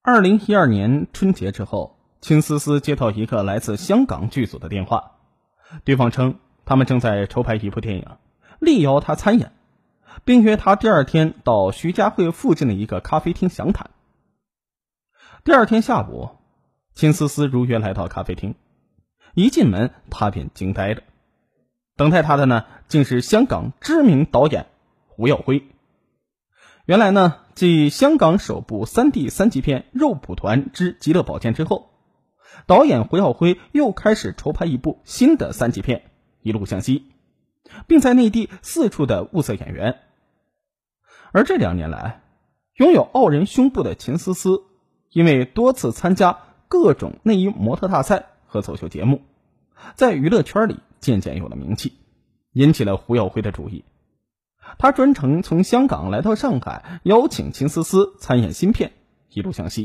2012年春节之后，秦思思接到一个来自香港剧组的电话，对方称他们正在筹拍一部电影，力邀他参演，并约他第二天到徐家汇附近的一个咖啡厅详谈。第二天下午，秦思思如约来到咖啡厅，一进门他便惊呆了。等待他的呢，竟是香港知名导演胡耀辉。原来呢，继香港首部3D 三级片《肉蒲团之极乐宝剑》之后，导演胡耀辉又开始筹拍一部新的3级片《一路向西》，并在内地四处的物色演员。而这2年来，拥有傲人胸部的秦思思，因为多次参加各种内衣模特大赛和走秀节目，在娱乐圈里渐渐有了名气，引起了胡耀辉的注意。他专程从香港来到上海，邀请秦思思参演新片《一路向西》。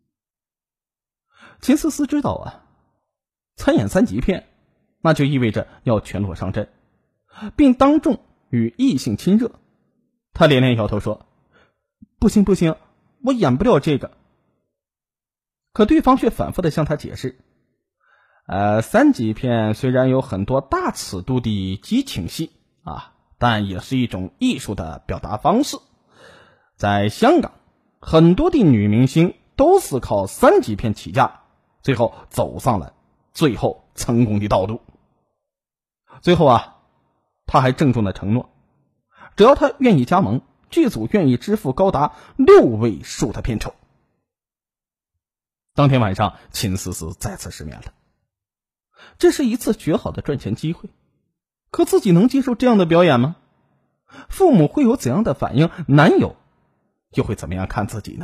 秦思思知道啊，参演3级片，那就意味着要全裸上阵，并当众与异性亲热。他连连摇头说：“不行不行，我演不了这个。”可对方却反复的向他解释，3级片虽然有很多大尺度的激情戏啊，但也是一种艺术的表达方式。在香港，很多的女明星都是靠3级片起家，最后走上了最后成功的道路。最后啊，他还郑重的承诺，只要他愿意加盟，剧组愿意支付高达6位数的片酬。当天晚上，秦思思再次失眠了。这是一次绝好的赚钱机会，可自己能接受这样的表演吗？父母会有怎样的反应？男友又会怎么样看自己呢？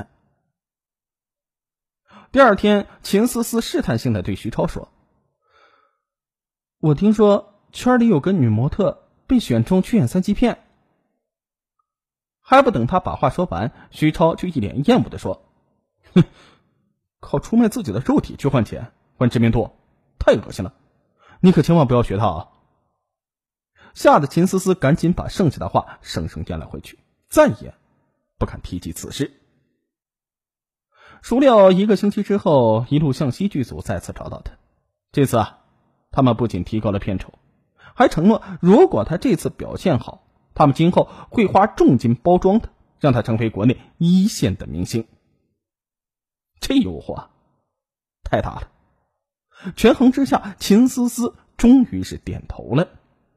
第二天，秦思思试探性的对徐超说：“我听说圈里有个女模特被选中去演3级片。”还不等他把话说完，徐超就一脸厌恶的说：“哼，靠出卖自己的肉体去换钱，换知名度，太恶心了！你可千万不要学他啊！”吓得秦思思赶紧把剩下的话生生咽了回去，再也不敢提及此事。孰料1个星期之后，一路向西剧组再次找到他。这次啊，他们不仅提高了片酬，还承诺如果他这次表现好，他们今后会花重金包装他，让他成为国内1线的明星。这诱惑太大了，权衡之下，秦思思终于是点头了。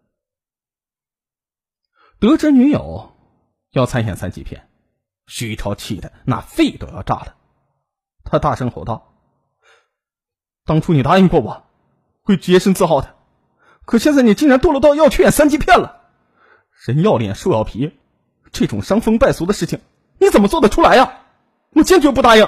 得知女友要参演3级片，徐超气得那肺都要炸了。他大声吼道：“当初你答应过我会洁身自好的，可现在你竟然堕落到要去演3级片了！人要脸树要皮，这种伤风败俗的事情你怎么做得出来呀？我坚决不答应！”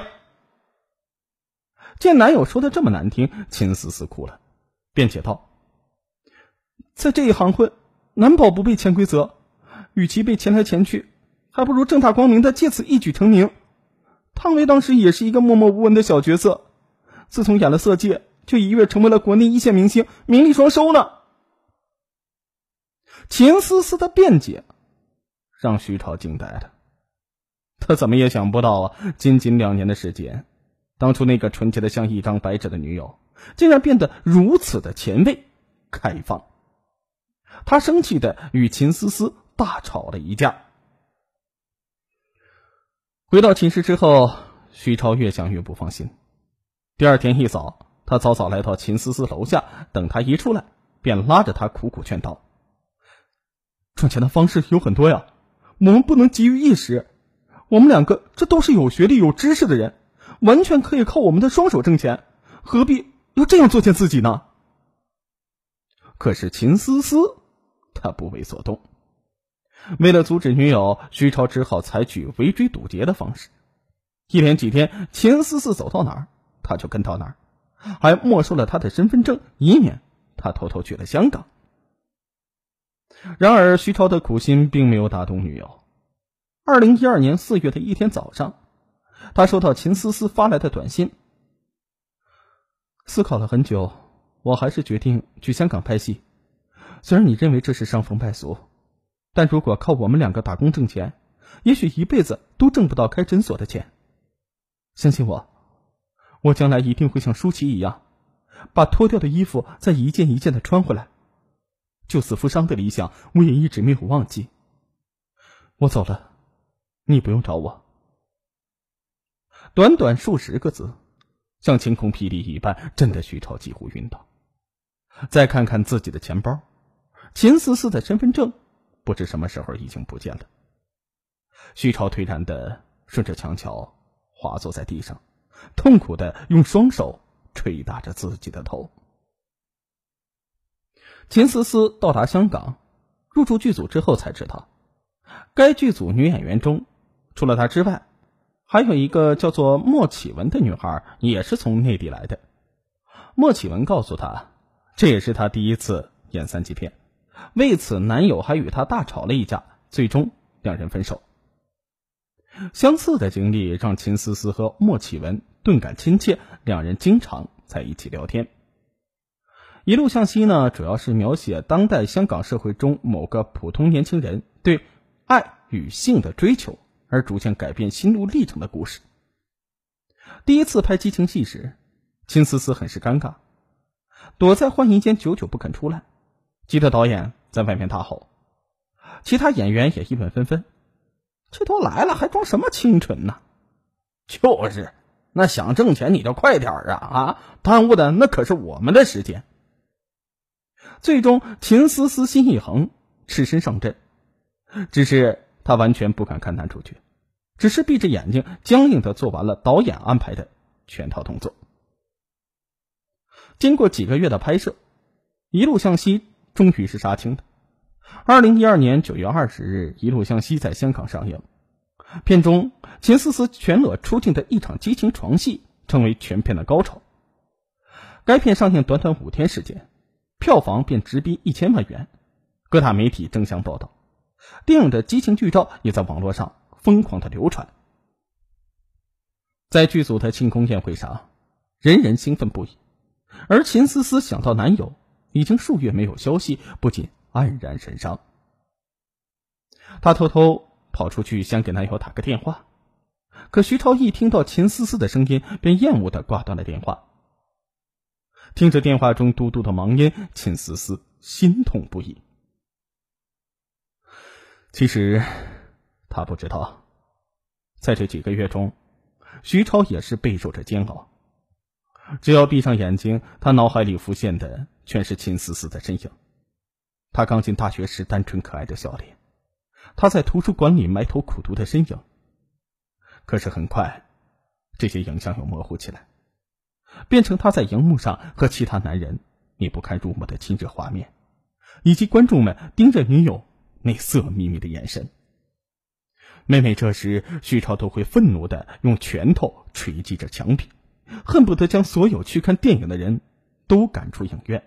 见男友说的这么难听，秦思思哭了，辩解道：“在这一行混，难保不被潜规则，与其被潜来潜去，还不如正大光明的借此一举成名。汤唯当时也是一个默默无闻的小角色，自从演了《色戒》，就一跃成为了国内1线明星，名利双收呢。”秦思思的辩解让徐超惊呆了，他怎么也想不到啊，仅仅2年的时间，当初那个纯洁的像一张白纸的女友，竟然变得如此的前卫开放。他生气的与秦思思大吵了一架。回到寝室之后，徐超越想越不放心。第二天一早，他早早来到秦思思楼下，等他一出来，便拉着他苦苦劝道：“赚钱的方式有很多呀，我们不能急于一时。我们2个这都是有学历有知识的人，完全可以靠我们的双手挣钱，何必要这样作践自己呢？”可是秦思思他不为所动。为了阻止女友，徐超只好采取围追堵截的方式。一连几天，秦思思走到哪儿他就跟到哪儿，还没收了他的身份证，以免他偷偷去了香港。然而徐超的苦心并没有打动女友。2012年4月的一天早上，他收到秦思思发来的短信：“思考了很久，我还是决定去香港拍戏。虽然你认为这是伤风败俗，但如果靠我们2个打工挣钱，也许一辈子都挣不到开诊所的钱。相信我， 我将来一定会像舒淇一样，把脱掉的衣服再一件一件的穿回来。救死扶伤的理想，我也一直没有忘记。我走了，你不用找我。短短数十个字，像晴空霹雳一般，震得徐超几乎晕倒。再看看自己的钱包，秦思思的身份证不知什么时候已经不见了。徐超颓然地顺着墙角滑坐在地上，痛苦地用双手捶打着自己的头。秦思思到达香港，入驻剧组之后才知道，该剧组女演员中，除了她之外，还有一个叫做莫启文的女孩，也是从内地来的。莫启文告诉她，这也是她第一次演3级片，为此男友还与她大吵了一架，最终两人分手。相似的经历让秦思思和莫启文顿感亲切，两人经常在一起聊天。一路向西呢，主要是描写当代香港社会中某个普通年轻人对爱与性的追求，而逐渐改变心路历程的故事。第一次拍激情戏时，秦思思很是尴尬，躲在换衣间久久不肯出来，急得导演在外面大吼。其他演员也议论纷纷，这都来了还装什么清纯呢？就是，那想挣钱你就快点啊，耽误的那可是我们的时间。最终秦思思心一横，赤身上阵，只是他完全不敢看男主角，只是闭着眼睛僵硬地做完了导演安排的全套动作。经过几个月的拍摄，一路向西终于是杀青的。2012年9月20日，一路向西在香港上映。片中秦思思全裸出镜的一场激情床戏成为全片的高潮。该片上映短短5天时间，票房便直逼1000万元，各大媒体争相报道，电影的激情剧照也在网络上疯狂的流传。在剧组的庆功宴会上，人人兴奋不已，而秦思思想到男友已经数月没有消息，不禁黯然神伤。她偷偷跑出去想给男友打个电话，可徐超一听到秦思思的声音，便厌恶地挂断了电话。听着电话中嘟嘟的忙音，秦思思心痛不已。其实他不知道，在这几个月中，徐超也是备受着煎熬。只要闭上眼睛，他脑海里浮现的全是秦思思的身影。他刚进大学时单纯可爱的笑脸，他在图书馆里埋头苦读的身影。可是很快，这些影像又模糊起来，变成他在荧幕上和其他男人你不堪入目的亲热画面，以及观众们盯着女友那色眯眯的眼神。每每这时，徐超都会愤怒地用拳头捶击着墙壁，恨不得将所有去看电影的人都赶出影院。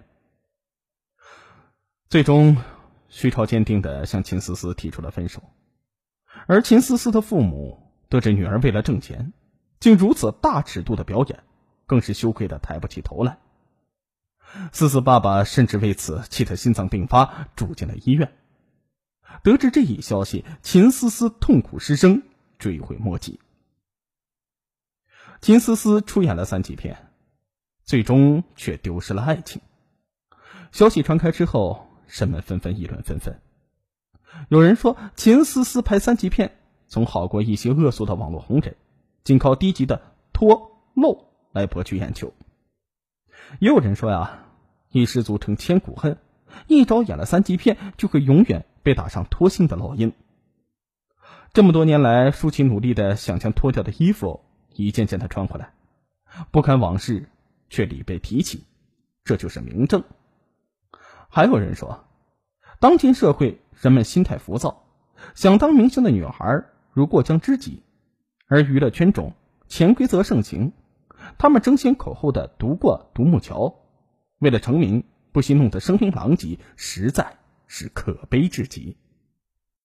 最终，徐超坚定地向秦思思提出了分手，而秦思思的父母得知女儿为了挣钱竟如此大尺度的表演，更是羞愧得抬不起头来。思思爸爸甚至为此气得心脏病发，住进了医院。得知这一消息，秦思思痛苦失声，追悔莫及。秦思思出演了3级片，最终却丢失了爱情。消息传开之后，人们纷纷议论纷纷。有人说秦思思拍3级片总好过一些恶俗的网络红人，仅靠低级的脱露来博取眼球。也有人说一失足成千古恨，一朝演了3级片就会永远被打上脱星的烙印。这么多年来，舒淇努力的想将脱掉的衣服一件件的穿回来，不堪往事却屡被提起，这就是明证。还有人说，当今社会人们心态浮躁，想当明星的女孩如过江之鲫，而娱乐圈中潜规则盛行，他们争先恐后的读过独木桥，为了成名不惜弄得声名狼藉，实在是可悲至极。